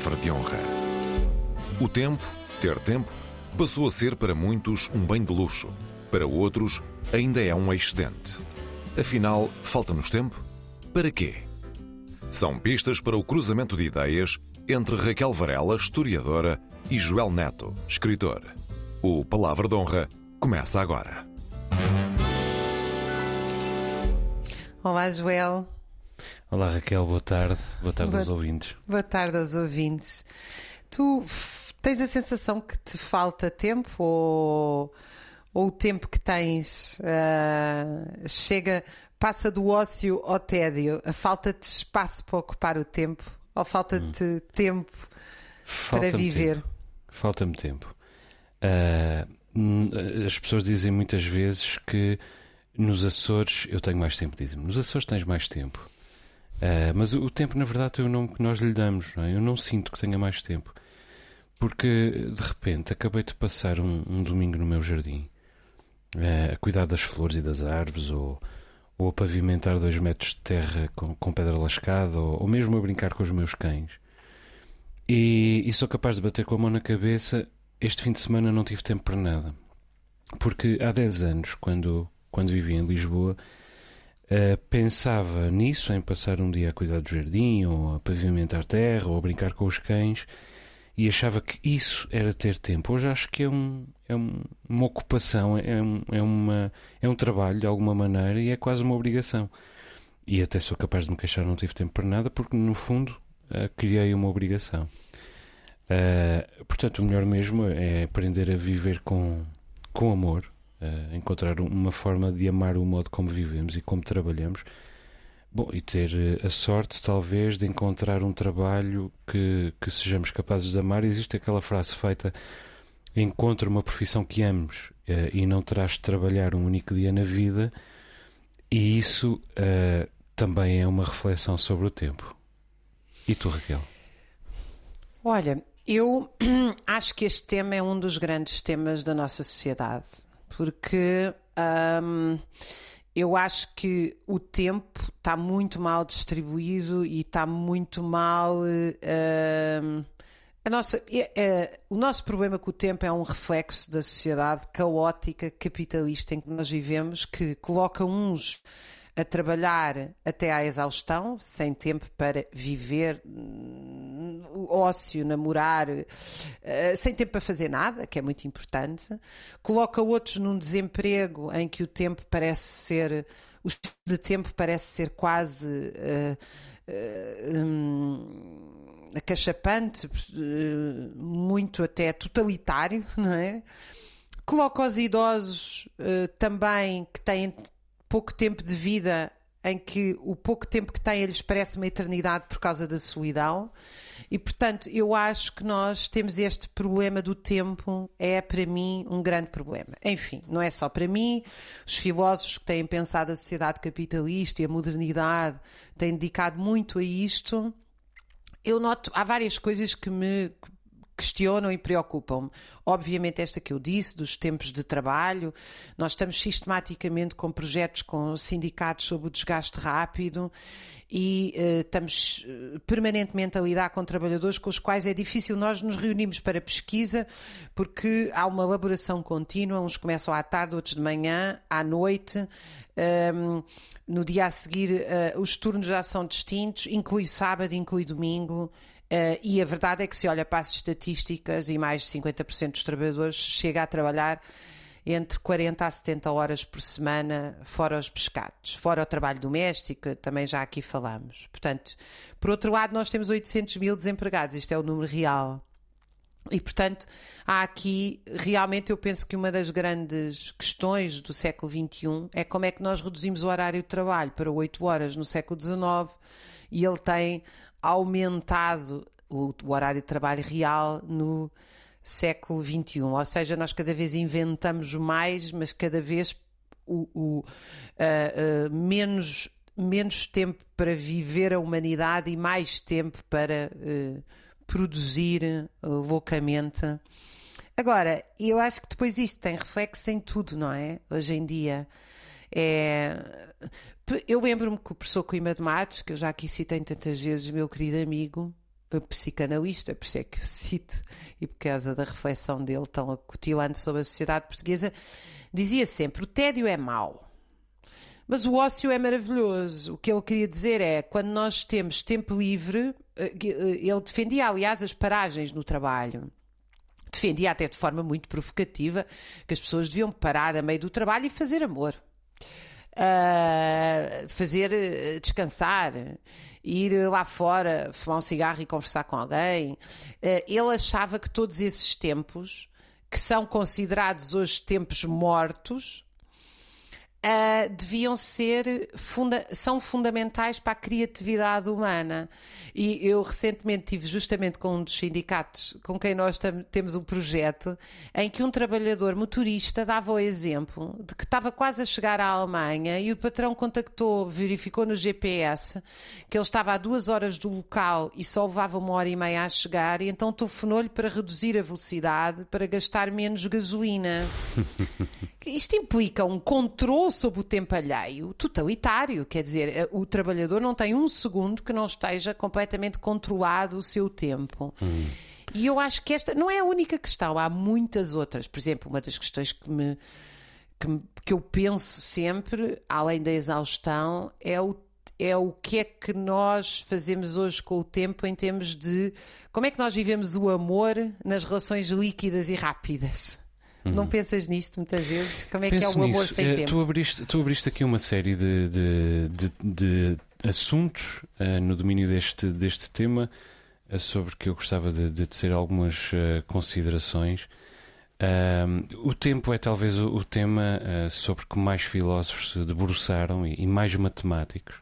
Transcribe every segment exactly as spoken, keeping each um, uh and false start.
palavra de honra. O tempo, ter tempo, passou a ser para muitos um bem de luxo. Para outros, ainda é um excedente. Afinal, falta-nos tempo? Para quê? São pistas para o cruzamento de ideias entre Raquel Varela, historiadora, e Joel Neto, escritor. O Palavra de Honra começa agora. Olá, Joel. Olá, Raquel, boa tarde. Boa tarde boa, aos ouvintes. Boa tarde aos ouvintes. Tu f- tens a sensação que te falta tempo ou, ou o tempo que tens uh, chega, passa do ócio ao tédio? Falta-te espaço para ocupar o tempo ou falta-te hum. tempo Falta-me para viver? Tempo. Falta-me tempo. Uh, as pessoas dizem muitas vezes que nos Açores, eu tenho mais tempo, dizem-me, nos Açores tens mais tempo. Uh, mas o tempo, na verdade, é o nome que nós lhe damos, não é? Eu não sinto que tenha mais tempo. Porque, de repente, acabei de passar um, um domingo no meu jardim, uh, a cuidar das flores e das árvores, ou, ou a pavimentar dois metros de terra com, com pedra lascada, ou, ou mesmo a brincar com os meus cães. E, e sou capaz de bater com a mão na cabeça. Este fim de semana não tive tempo para nada. Porque há dez anos, quando, quando vivia em Lisboa, Uh, pensava nisso, em passar um dia a cuidar do jardim, ou a pavimentar terra, ou a brincar com os cães, e achava que isso era ter tempo. Hoje acho que é, um, é um, uma ocupação, é um, é, uma, é um trabalho de alguma maneira, e é quase uma obrigação. E até sou capaz de me queixar, não tive tempo para nada, porque no fundo uh, criei uma obrigação. Uh, portanto, o melhor mesmo é aprender a viver com, com amor. Uh, encontrar uma forma de amar o modo como vivemos e como trabalhamos. Bom, e ter uh, a sorte, talvez, de encontrar um trabalho que, que sejamos capazes de amar. Existe aquela frase feita: encontra uma profissão que ames uh, e não terás de trabalhar um único dia na vida. E isso uh, também é uma reflexão sobre o tempo. E tu, Raquel? Olha, eu acho que este tema é um dos grandes temas da nossa sociedade. Porque hum, eu acho que o tempo está muito mal distribuído e está muito mal. Hum, a nossa, é, o nosso problema com o tempo é um reflexo da sociedade caótica, capitalista em que nós vivemos, que coloca uns a trabalhar até à exaustão, sem tempo para viver, ócio, namorar, sem tempo para fazer nada, que é muito importante. Coloca outros num desemprego em que o tempo parece ser, o estilo de tempo parece ser quase uh, uh, um, acachapante, uh, muito até totalitário, não é? Coloca os idosos uh, também que têm pouco tempo de vida, em que o pouco tempo que têm lhes parece uma eternidade por causa da solidão. E, portanto, eu acho que nós temos este problema do tempo, é para mim um grande problema. Enfim, não é só para mim, os filósofos que têm pensado a sociedade capitalista e a modernidade têm dedicado muito a isto. Eu noto, há várias coisas que me questionam e preocupam-me. Obviamente esta que eu disse, dos tempos de trabalho. Nós estamos sistematicamente com projetos com sindicatos sobre o desgaste rápido e uh, estamos permanentemente a lidar com trabalhadores com os quais é difícil nós nos reunirmos para pesquisa, porque há uma elaboração contínua, uns começam à tarde, outros de manhã, à noite. Um, no dia a seguir uh, os turnos já são distintos, inclui sábado, inclui domingo. Uh, e a verdade é que se olha para as estatísticas e mais de cinquenta por cento dos trabalhadores chega a trabalhar entre quarenta a setenta horas por semana, fora os pescados, fora o trabalho doméstico, também já aqui falamos. Portanto, por outro lado, nós temos oitocentos mil desempregados, isto é o número real. E, portanto, há aqui, realmente eu penso que uma das grandes questões do século vinte e um é como é que nós reduzimos o horário de trabalho para oito horas no século dezenove e ele tem aumentado o, o horário de trabalho real no século vinte e um. Ou seja, nós cada vez inventamos mais, mas cada vez o, o, uh, uh, menos, menos tempo para viver a humanidade e mais tempo para uh, produzir uh, loucamente. Agora, eu acho que depois isto tem reflexo em tudo, não é? Hoje em dia. É... Eu lembro-me que o professor Coimbra de Matos, que eu já aqui citei tantas vezes, meu querido amigo, psicanalista, por isso é que o cito, e por causa da reflexão dele tão acutilante sobre a sociedade portuguesa, dizia sempre: o tédio é mau, mas o ócio é maravilhoso. O que ele queria dizer é, quando nós temos tempo livre, ele defendia, aliás, as paragens no trabalho. Defendia até de forma muito provocativa que as pessoas deviam parar a meio do trabalho e fazer amor. Uh, fazer uh, descansar, ir lá fora, fumar um cigarro e conversar com alguém. Uh, ele achava que todos esses tempos, que são considerados hoje tempos mortos, Uh, deviam ser funda- são fundamentais para a criatividade humana. E eu recentemente tive justamente com um dos sindicatos com quem nós tam- temos um projeto em que um trabalhador motorista dava o exemplo de que estava quase a chegar à Alemanha e o patrão contactou, verificou no G P S que ele estava a duas horas do local e só levava uma hora e meia a chegar, e então telefonou-lhe para reduzir a velocidade para gastar menos gasolina. Isto implica um controle sobre o tempo alheio totalitário, quer dizer, o trabalhador não tem um segundo que não esteja completamente controlado o seu tempo. Hum. E eu acho que esta não é a única questão, há muitas outras. Por exemplo, uma das questões que, me, que, me, que eu penso sempre, além da exaustão, é o, é o que é que nós fazemos hoje com o tempo em termos de como é que nós vivemos o amor nas relações líquidas e rápidas. Não pensas nisto muitas vezes? Como é Penso que é o amor nisso. sem uh, tempo? Tu abriste, tu abriste aqui uma série de, de, de, de assuntos uh, no domínio deste, deste tema, uh, sobre que eu gostava de, de tecer algumas uh, considerações. Uh, o tempo é talvez o, o tema uh, sobre que mais filósofos se debruçaram e, e mais matemáticos.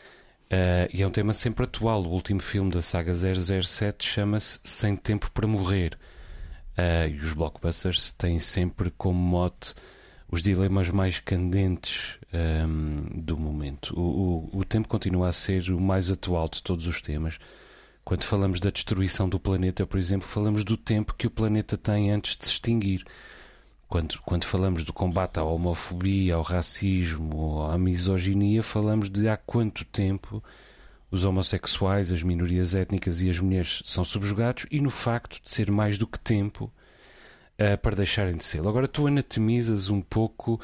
Uh, e é um tema sempre atual. O último filme da saga zero zero sete chama-se Sem Tempo para Morrer. Uh, e os blockbusters têm sempre como mote os dilemas mais candentes um, do momento. O, o, o tempo continua a ser o mais atual de todos os temas. Quando falamos da destruição do planeta, por exemplo, falamos do tempo que o planeta tem antes de se extinguir. Quando, quando falamos do combate à homofobia, ao racismo, à misoginia, falamos de há quanto tempo os homossexuais, as minorias étnicas e as mulheres são subjugados, e no facto de ser mais do que tempo uh, para deixarem de ser. Agora tu anatomizas um pouco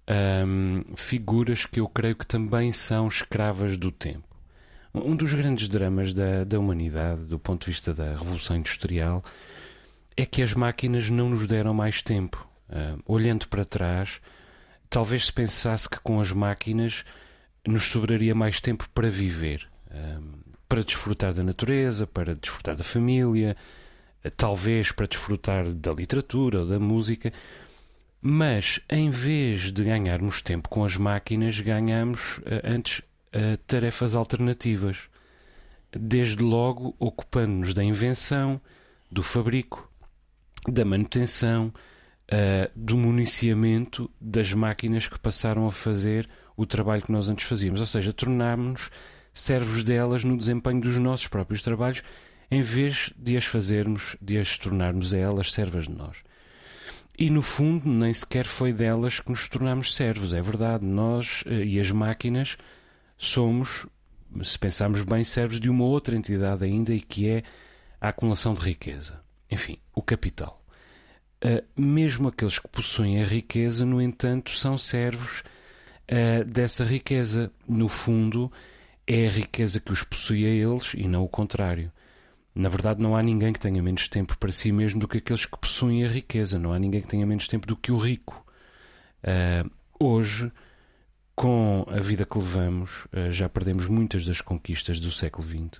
um, figuras que eu creio que também são escravas do tempo. Um dos grandes dramas da, da humanidade, do ponto de vista da Revolução Industrial, é que as máquinas não nos deram mais tempo. Uh, olhando para trás, talvez se pensasse que com as máquinas nos sobraria mais tempo para viver. Um, para desfrutar da natureza, para desfrutar da família, talvez para desfrutar da literatura ou da música, mas em vez de ganharmos tempo com as máquinas, ganhamos uh, antes uh, tarefas alternativas, desde logo ocupando-nos da invenção, do fabrico, da manutenção, uh, do municiamento das máquinas que passaram a fazer o trabalho que nós antes fazíamos, ou seja, tornámos-nos servos delas no desempenho dos nossos próprios trabalhos, em vez de as fazermos, de as tornarmos a elas servas de nós. E no fundo nem sequer foi delas que nos tornámos servos, é verdade, nós e as máquinas somos, se pensarmos bem, servos de uma outra entidade ainda, e que é a acumulação de riqueza. Enfim, o capital. Uh, mesmo aqueles que possuem a riqueza, no entanto, são servos uh, dessa riqueza. No fundo, é a riqueza que os possui a eles e não o contrário. Na verdade, não há ninguém que tenha menos tempo para si mesmo do que aqueles que possuem a riqueza. Não há ninguém que tenha menos tempo do que o rico. Uh, hoje, com a vida que levamos, uh, já perdemos muitas das conquistas do século vinte.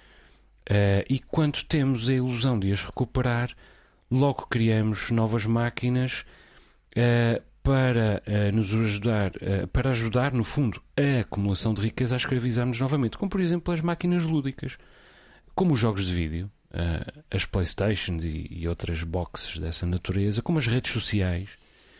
Uh, e quando temos a ilusão de as recuperar, logo criamos novas máquinas uh, para uh, nos ajudar, uh, para ajudar, no fundo, a acumulação de riqueza a escravizar-nos novamente, como por exemplo as máquinas lúdicas, como os jogos de vídeo, uh, as Playstations e, e outras boxes dessa natureza, como as redes sociais,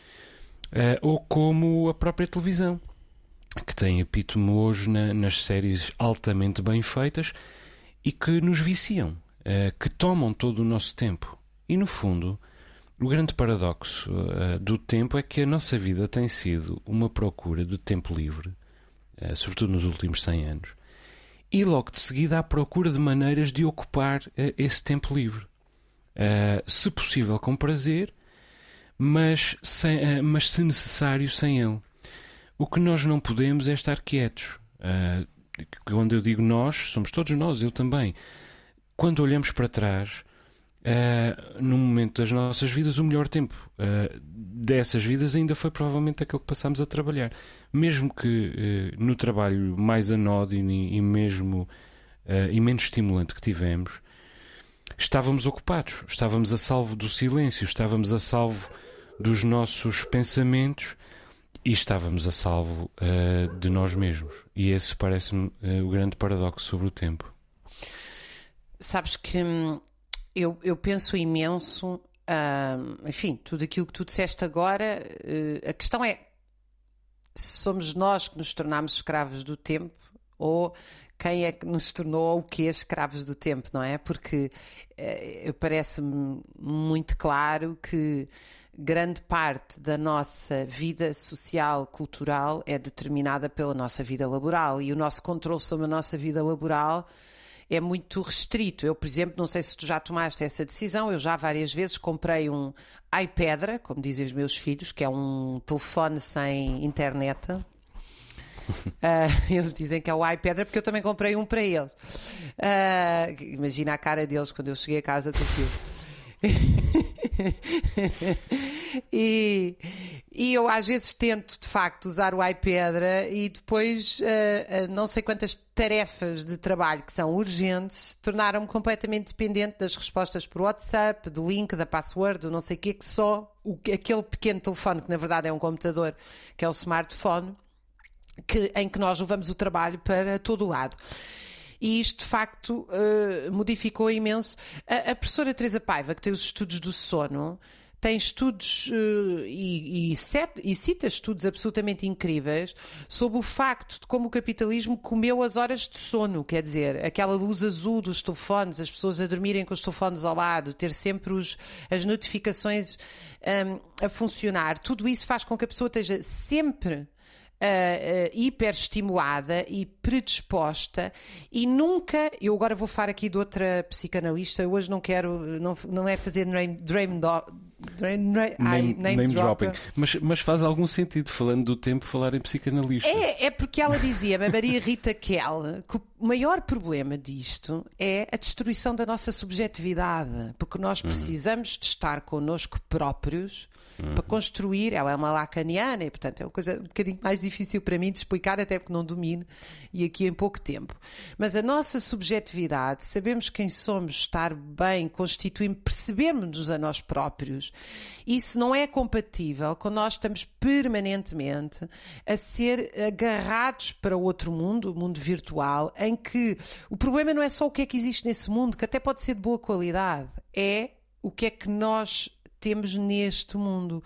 uh, ou como a própria televisão, que tem epítome hoje na, nas séries altamente bem feitas e que nos viciam, uh, que tomam todo o nosso tempo. E no fundo, o grande paradoxo uh, do tempo é que a nossa vida tem sido uma procura de tempo livre, uh, sobretudo nos últimos cem anos, e logo de seguida à procura de maneiras de ocupar uh, esse tempo livre. Uh, se possível com prazer, mas, sem, uh, mas se necessário sem ele. O que nós não podemos é estar quietos. Uh, quando eu digo nós, somos todos nós, eu também. Quando olhamos para trás, uh, num momento das nossas vidas, o melhor tempo uh, dessas vidas ainda foi provavelmente aquele que passámos a trabalhar. Mesmo que uh, no trabalho mais anódino e, e mesmo uh, e menos estimulante que tivemos, estávamos ocupados, estávamos a salvo do silêncio, estávamos a salvo dos nossos pensamentos e estávamos a salvo uh, de nós mesmos. E esse parece-me uh, o grande paradoxo sobre o tempo. Sabes que hum, eu, eu penso imenso, uh, enfim, tudo aquilo que tu disseste agora, uh, a questão é se somos nós que nos tornamos escravos do tempo ou quem é que nos tornou o quê escravos do tempo, não é? Porque uh, parece-me muito claro que grande parte da nossa vida social, cultural, é determinada pela nossa vida laboral e o nosso controle sobre a nossa vida laboral é muito restrito. Eu, por exemplo, não sei se tu já tomaste essa decisão, eu já várias vezes comprei um iPedra, como dizem os meus filhos, que é um telefone sem internet. Uh, eles dizem que é o iPedra porque eu também comprei um para eles. Uh, imagina a cara deles quando eu cheguei a casa com aquilo. e, e eu às vezes tento de facto usar o iPedra e depois uh, uh, não sei quantas tarefas de trabalho que são urgentes tornaram-me completamente dependente das respostas por WhatsApp, do link, da password, do não sei o que, que só o, aquele pequeno telefone, que na verdade é um computador, que é o smartphone, que, em que nós levamos o trabalho para todo o lado. E isto, de facto, uh, modificou imenso. A, a professora Teresa Paiva, que tem os estudos do sono, tem estudos uh, e, e, set, e cita estudos absolutamente incríveis sobre o facto de como o capitalismo comeu as horas de sono. Quer dizer, aquela luz azul dos telefones, as pessoas a dormirem com os telefones ao lado, ter sempre os, as notificações um, a funcionar. Tudo isso faz com que a pessoa esteja sempre Uh, uh, hiperestimulada e predisposta e nunca, eu agora vou falar aqui de outra psicanalista, eu hoje não quero, não, não é fazer name, name, name, name, name, name dropping, mas, mas faz algum sentido, falando do tempo, falar em psicanalista. É, é porque ela dizia-me, a Maria Rita Kell, que o maior problema disto é a destruição da nossa subjetividade, porque nós precisamos de estar connosco próprios Uhum. para construir. Ela é uma lacaniana e, portanto, é uma coisa um bocadinho mais difícil para mim de explicar, até porque não domino e aqui em pouco tempo. Mas a nossa subjetividade, sabemos quem somos, estar bem, constituir, percebermos-nos a nós próprios, isso não é compatível com nós estamos permanentemente a ser agarrados para o outro mundo, o mundo virtual, em que o problema não é só o que é que existe nesse mundo, que até pode ser de boa qualidade, é o que é que nós temos neste mundo.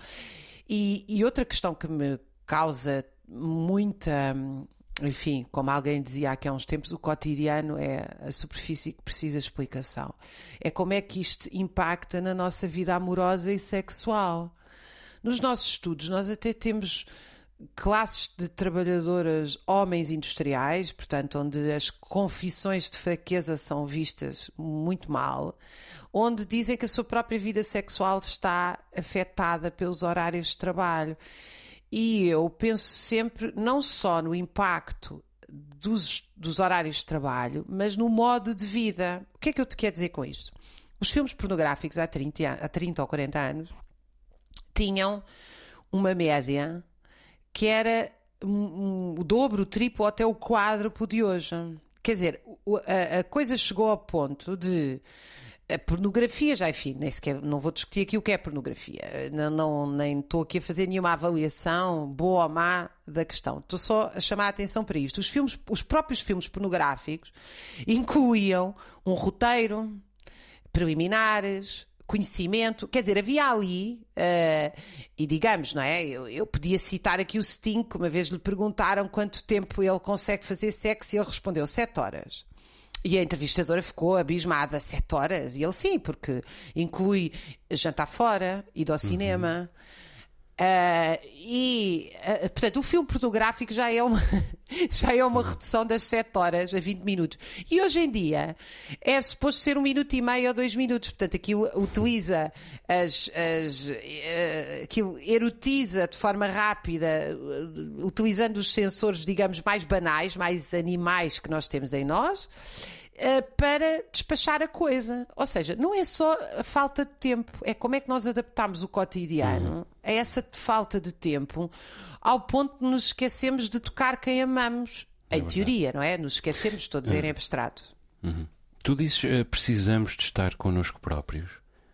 E, e outra questão que me causa muita, enfim, como alguém dizia aqui há uns tempos, o cotidiano é a superfície que precisa de explicação. É como é que isto impacta na nossa vida amorosa e sexual. Nos nossos estudos, nós até temos classes de trabalhadoras homens industriais, portanto, onde as confissões de fraqueza são vistas muito mal, onde dizem que a sua própria vida sexual está afetada pelos horários de trabalho. E eu penso sempre não só no impacto dos, dos horários de trabalho, mas no modo de vida. O que é que eu te quero dizer com isto? Os filmes pornográficos há trinta, há trinta ou quarenta anos tinham uma média que era o um, um, dobro, o triplo, até o quádruplo de hoje. Quer dizer, a, a coisa chegou ao ponto de a pornografia, já enfim, nem sequer, não vou discutir aqui o que é pornografia, não, não, nem estou aqui a fazer nenhuma avaliação boa ou má da questão, estou só a chamar a atenção para isto. Os filmes, os próprios filmes pornográficos incluíam um roteiro, preliminares, conhecimento, quer dizer, havia ali uh, e digamos, não é, eu, eu podia citar aqui o Sting, que uma vez lhe perguntaram quanto tempo ele consegue fazer sexo e ele respondeu sete horas. E a entrevistadora ficou abismada, sete horas? E ele sim, porque inclui jantar fora, ir ao cinema. Uh, e, uh, portanto, o filme pornográfico já é uma, já é uma redução das sete horas a vinte minutos. E hoje em dia é suposto ser um minuto e meio ou dois minutos. Portanto, aqui utiliza as, as, uh, aquilo erotiza de forma rápida, uh, utilizando os sensores, digamos, mais banais, mais animais que nós temos em nós, para despachar a coisa. Ou seja, não é só a falta de tempo, é como é que nós adaptamos o cotidiano uhum. a essa falta de tempo, ao ponto de nos esquecemos de tocar quem amamos. É em verdade. Teoria, não é? Nos esquecemos, estou a dizer uhum. em abstrato. Uhum. Tu dizes uh, precisamos de estar connosco próprios,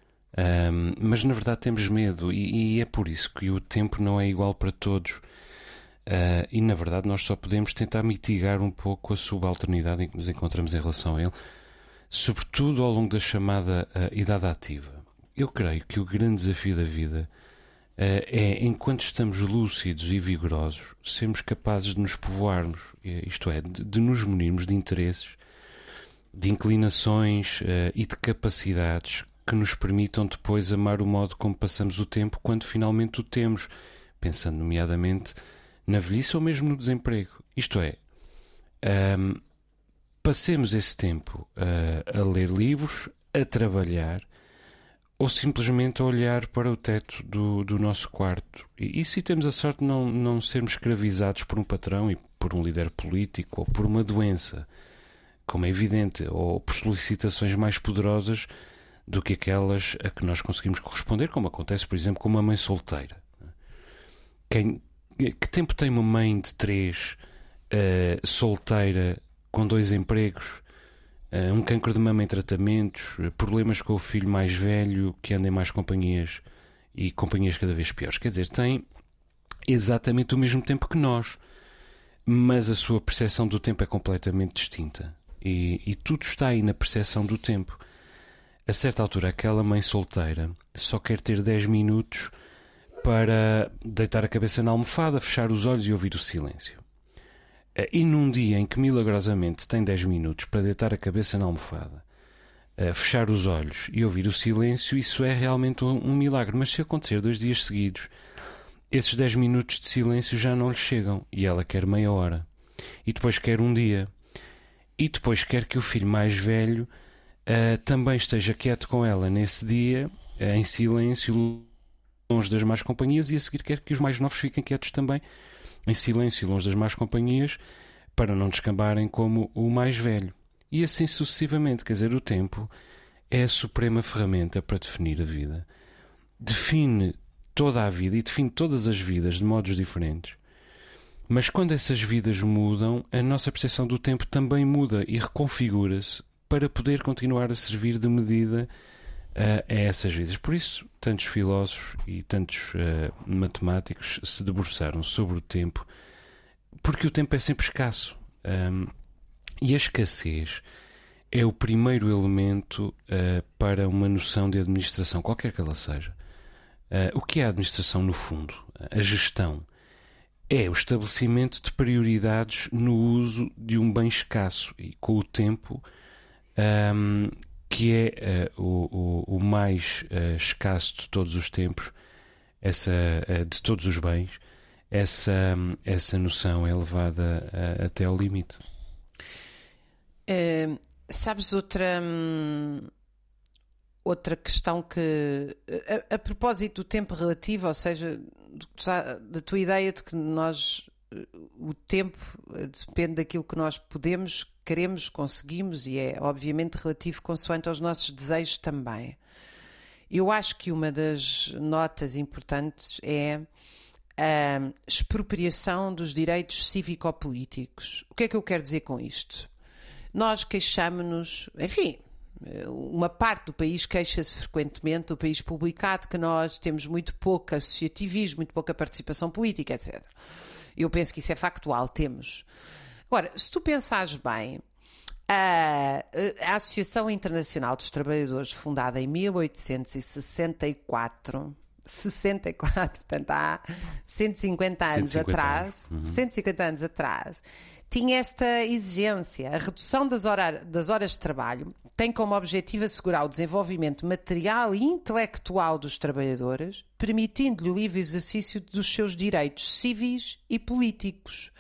um, mas na verdade temos medo, e, e é por isso que o tempo não é igual para todos. Uh, e na verdade nós só podemos tentar mitigar um pouco a subalternidade em que nos encontramos em relação a ele, sobretudo ao longo da chamada uh, idade ativa. Eu creio que o grande desafio da vida uh, é, enquanto estamos lúcidos e vigorosos, sermos capazes de nos povoarmos, isto é, de, de nos munirmos de interesses, de inclinações uh, e de capacidades que nos permitam depois amar o modo como passamos o tempo quando finalmente o temos, pensando nomeadamente na velhice ou mesmo no desemprego. Isto é, um, passemos esse tempo uh, a ler livros, a trabalhar ou simplesmente a olhar para o teto do, do nosso quarto. E, e se temos a sorte de não, não sermos escravizados por um patrão e por um líder político ou por uma doença, como é evidente, ou por solicitações mais poderosas do que aquelas a que nós conseguimos corresponder, como acontece, por exemplo, com uma mãe solteira. Quem Que tempo tem uma mãe de três, uh, solteira, com dois empregos, uh, um cancro de mama em tratamentos, uh, problemas com o filho mais velho, que anda em mais companhias e companhias cada vez piores? Quer dizer, tem exatamente o mesmo tempo que nós, mas a sua percepção do tempo é completamente distinta. E, e tudo está aí na percepção do tempo. A certa altura, aquela mãe solteira só quer ter dez minutos para deitar a cabeça na almofada, fechar os olhos e ouvir o silêncio. E num dia em que milagrosamente tem dez minutos para deitar a cabeça na almofada, fechar os olhos e ouvir o silêncio, isso é realmente um milagre. Mas se acontecer dois dias seguidos, esses dez minutos de silêncio já não lhe chegam e ela quer meia hora. E depois quer um dia. E depois quer que o filho mais velho uh, também esteja quieto com ela nesse dia, uh, em silêncio, longe das más companhias, e a seguir quer que os mais novos fiquem quietos também, em silêncio, longe das más companhias, para não descambarem como o mais velho. E assim sucessivamente. Quer dizer, o tempo é a suprema ferramenta para definir a vida. Define toda a vida e define todas as vidas de modos diferentes. Mas quando essas vidas mudam, a nossa percepção do tempo também muda e reconfigura-se para poder continuar a servir de medida Uh, a essas vidas. Por isso, tantos filósofos e tantos uh, matemáticos se debruçaram sobre o tempo, porque o tempo é sempre escasso. Um, e a escassez é o primeiro elemento uh, para uma noção de administração, qualquer que ela seja. Uh, o que é a administração, no fundo? A gestão é o estabelecimento de prioridades no uso de um bem escasso, e com o tempo um, que é uh, o, o, o mais uh, escasso de todos os tempos, essa, uh, de todos os bens, essa, um, essa noção é levada uh, até ao limite. Uh, sabes outra, hum, outra questão que, a, a propósito do tempo relativo, ou seja, da tua ideia de que nós, o tempo depende daquilo que nós podemos, queremos, conseguimos, e é obviamente relativo consoante aos nossos desejos também. Eu acho que uma das notas importantes é a expropriação dos direitos cívico-políticos. O que é que eu quero dizer com isto? Nós queixamos-nos, enfim, uma parte do país queixa-se frequentemente do país publicado, que nós temos muito pouco associativismo, muito pouca participação política, etcétera. Eu penso que isso é factual, temos. Agora, se tu pensares bem, a, a Associação Internacional dos Trabalhadores, fundada em mil oitocentos e sessenta e quatro, sessenta e quatro, portanto há cento e cinquenta anos cento e cinquenta atrás, anos. Uhum. cento e cinquenta anos atrás, tinha esta exigência. A redução das, hora, das horas de trabalho tem como objetivo assegurar o desenvolvimento material e intelectual dos trabalhadores, permitindo-lhe o livre exercício dos seus direitos civis e políticos.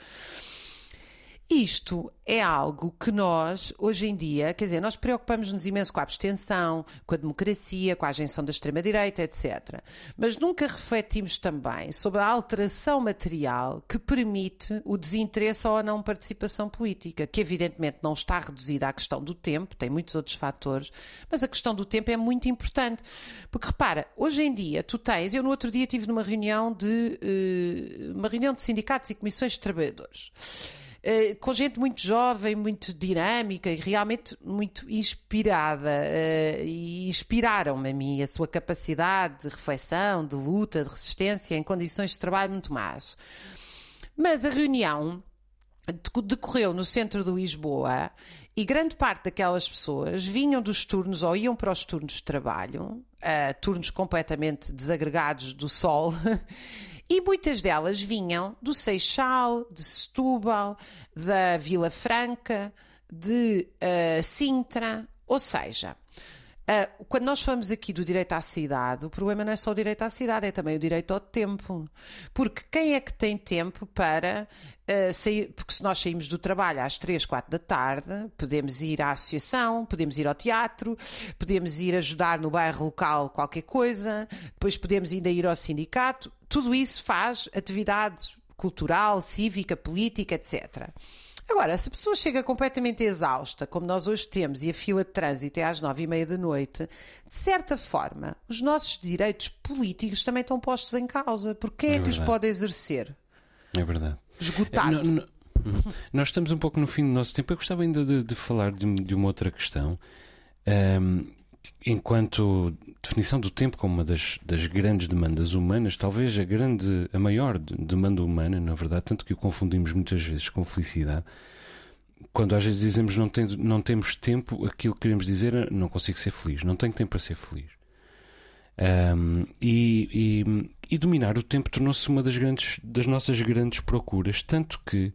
Isto é algo que nós, hoje em dia, quer dizer, nós preocupamos-nos imenso com a abstenção, com a democracia, com a ascensão da extrema-direita, etcétera. Mas nunca refletimos também sobre a alteração material que permite o desinteresse ou a não participação política, que evidentemente não está reduzida à questão do tempo, tem muitos outros fatores, mas a questão do tempo é muito importante. Porque repara, hoje em dia tu tens, eu no outro dia estive numa reunião de, uh, uma reunião de sindicatos e comissões de trabalhadores, Uh, com gente muito jovem, muito dinâmica e realmente muito inspirada, uh, e inspiraram-me a mim a sua capacidade de reflexão, de luta, de resistência em condições de trabalho muito más. Mas a reunião decorreu no centro de Lisboa e grande parte daquelas pessoas vinham dos turnos ou iam para os turnos de trabalho, uh, turnos completamente desagregados do sol. E muitas delas vinham do Seixal, de Setúbal, da Vila Franca, de uh, Sintra. Ou seja, uh, quando nós falamos aqui do direito à cidade, o problema não é só o direito à cidade, é também o direito ao tempo. Porque quem é que tem tempo para uh, sair? Porque se nós saímos do trabalho às três, quatro da tarde, podemos ir à associação, podemos ir ao teatro, podemos ir ajudar no bairro local qualquer coisa, depois podemos ainda ir ao sindicato. Tudo isso faz atividade cultural, cívica, política, etcétera. Agora, se a pessoa chega completamente exausta, como nós hoje temos, e a fila de trânsito é às nove e meia da noite, de certa forma, os nossos direitos políticos também estão postos em causa. Porque quem é, é que os pode exercer? É verdade. Esgotado. É, não, não, nós estamos um pouco no fim do nosso tempo. Eu gostava ainda de, de falar de, de uma outra questão. Um, enquanto definição do tempo como uma das, das grandes demandas humanas, talvez a grande, a maior demanda humana, na verdade, tanto que o confundimos muitas vezes com felicidade. Quando às vezes dizemos não, tem, não temos tempo, aquilo que queremos dizer é não consigo ser feliz, não tenho tempo para ser feliz. Um, e, e, e dominar o tempo tornou-se uma das, grandes, das nossas grandes procuras, tanto que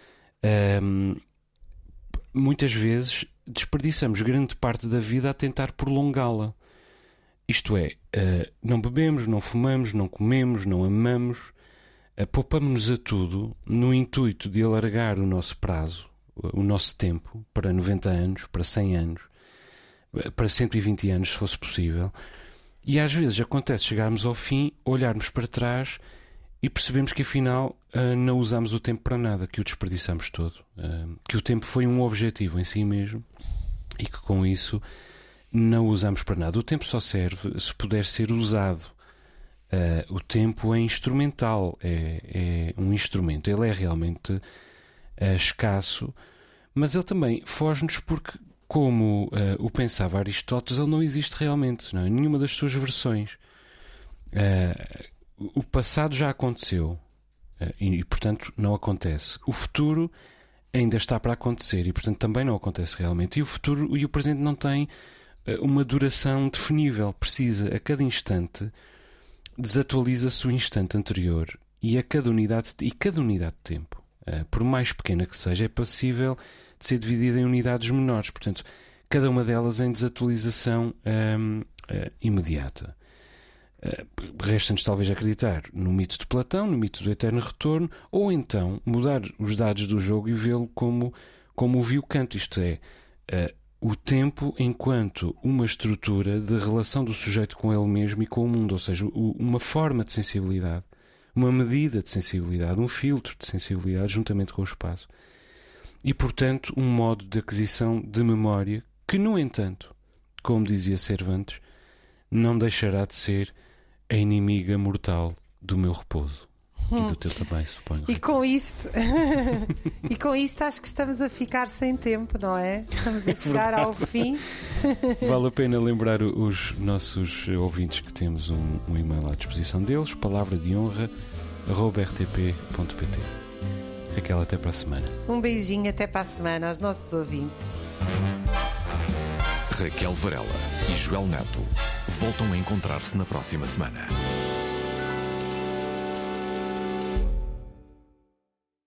um, muitas vezes desperdiçamos grande parte da vida a tentar prolongá-la. Isto é, uh, não bebemos, não fumamos, não comemos, não amamos, uh, poupamos-nos a tudo no intuito de alargar o nosso prazo, o nosso tempo, para noventa anos, para cem anos, para cento e vinte anos, se fosse possível. E às vezes acontece chegarmos ao fim, olharmos para trás e percebemos que afinal uh, não usamos o tempo para nada, que o desperdiçamos todo, uh, que o tempo foi um objetivo em si mesmo e que com isso não o usamos para nada. O tempo só serve se puder ser usado. Uh, o tempo é instrumental, é, é um instrumento, ele é realmente uh, escasso, mas ele também foge-nos porque, como uh, o pensava Aristóteles, ele não existe realmente, não é? Nenhuma das suas versões. Uh, o passado já aconteceu uh, e, e, portanto, não acontece. O futuro ainda está para acontecer e, portanto, também não acontece realmente. E o futuro e o presente não têm uh, uma duração definível, precisa. A cada instante desatualiza-se o instante anterior e a cada unidade e cada unidade de tempo, uh, por mais pequena que seja, é passível de ser dividida em unidades menores, portanto, cada uma delas em desatualização hum, uh, imediata. Uh, Resta-nos talvez acreditar no mito de Platão, no mito do eterno retorno, ou então mudar os dados do jogo e vê-lo como, como o viu Kant, isto é, uh, o tempo enquanto uma estrutura de relação do sujeito com ele mesmo e com o mundo, ou seja, o, uma forma de sensibilidade, uma medida de sensibilidade, um filtro de sensibilidade juntamente com o espaço. E, portanto, um modo de aquisição de memória que, no entanto, como dizia Cervantes, não deixará de ser a inimiga mortal do meu repouso. Hum. E do teu também, suponho. E com isto, e com isto acho que estamos a ficar sem tempo, não é? Estamos a chegar é ao fim. Vale a pena lembrar os nossos ouvintes que temos um, um e-mail à disposição deles, palavra de honra arroba r t p ponto p t. Raquel, até para a semana. Um beijinho, até para a semana aos nossos ouvintes. Raquel Varela e Joel Neto voltam a encontrar-se na próxima semana.